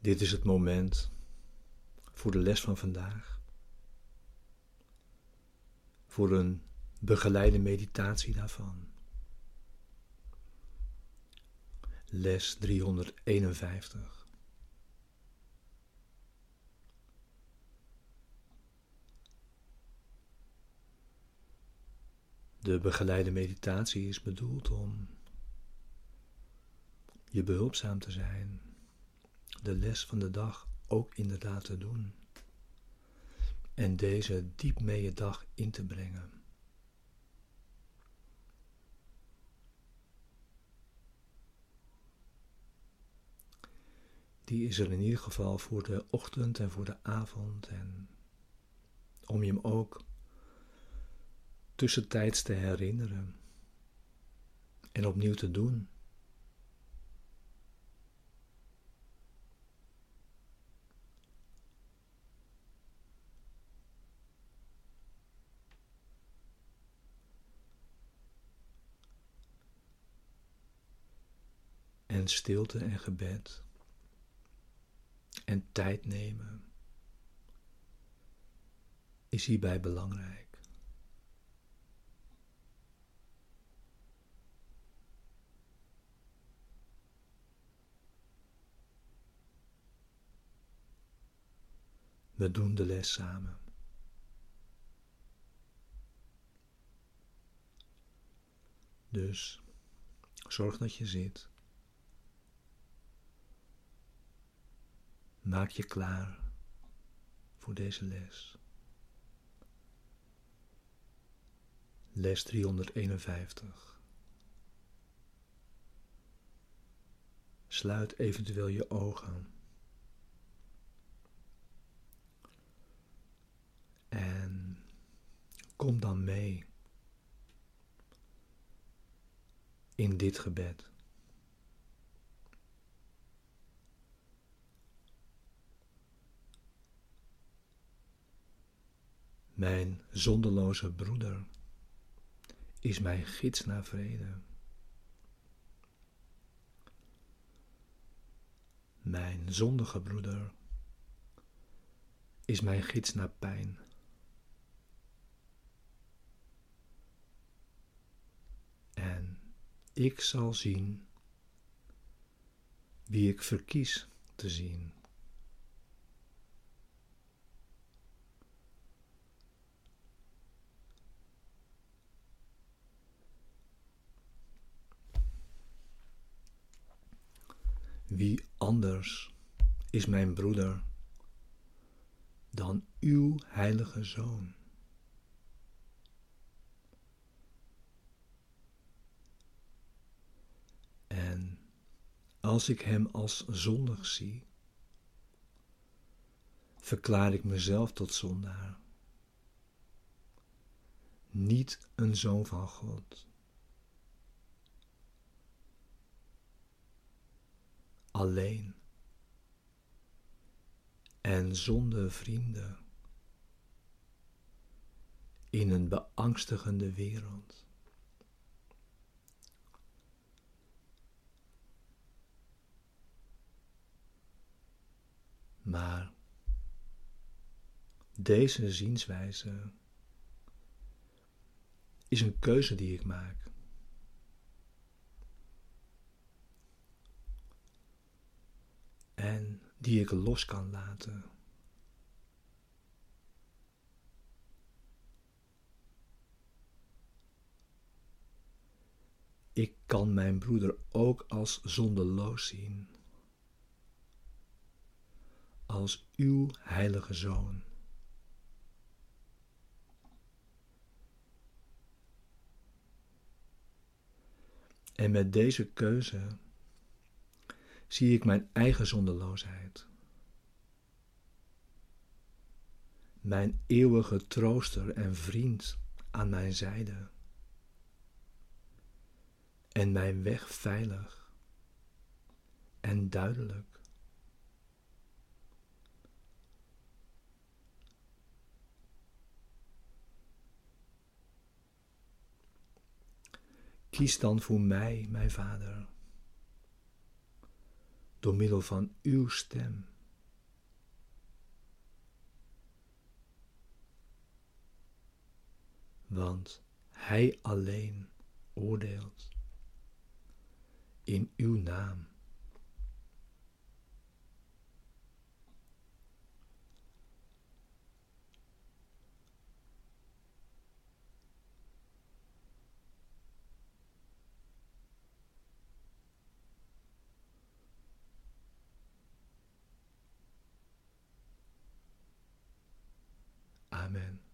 Dit is het moment voor de les van vandaag. Voor een begeleide meditatie daarvan. Les 351. De begeleide meditatie is bedoeld om je behulpzaam te zijn, de les van de dag ook inderdaad te doen en deze diep mee je dag in te brengen. Die is er in ieder geval voor de ochtend en voor de avond en om je hem ook tussentijds te herinneren en opnieuw te doen. En stilte en gebed en tijd nemen is hierbij belangrijk. We doen de les samen. Dus zorg dat je zit. Maak je klaar voor deze les. Les 351. Sluit eventueel je ogen. En kom dan mee in dit gebed. Mijn zonderloze broeder is mijn gids naar vrede. Mijn zondige broeder is mijn gids naar pijn. En ik zal zien wie ik verkies te zien. Wie anders is mijn broeder dan uw heilige Zoon? En als ik hem als zondig zie, verklaar ik mezelf tot zondaar. Niet een zoon van God. Alleen en zonder vrienden in een beangstigende wereld. Maar deze zienswijze is een keuze die ik maak. En die ik los kan laten. Ik kan mijn broeder ook als zondeloos zien. Als uw heilige Zoon. En met deze keuze zie ik mijn eigen zondeloosheid. Mijn eeuwige trooster en vriend aan mijn zijde. En mijn weg veilig en duidelijk. Kies dan voor mij, mijn Vader, door middel van uw stem. want Hij alleen oordeelt in uw naam. Amen.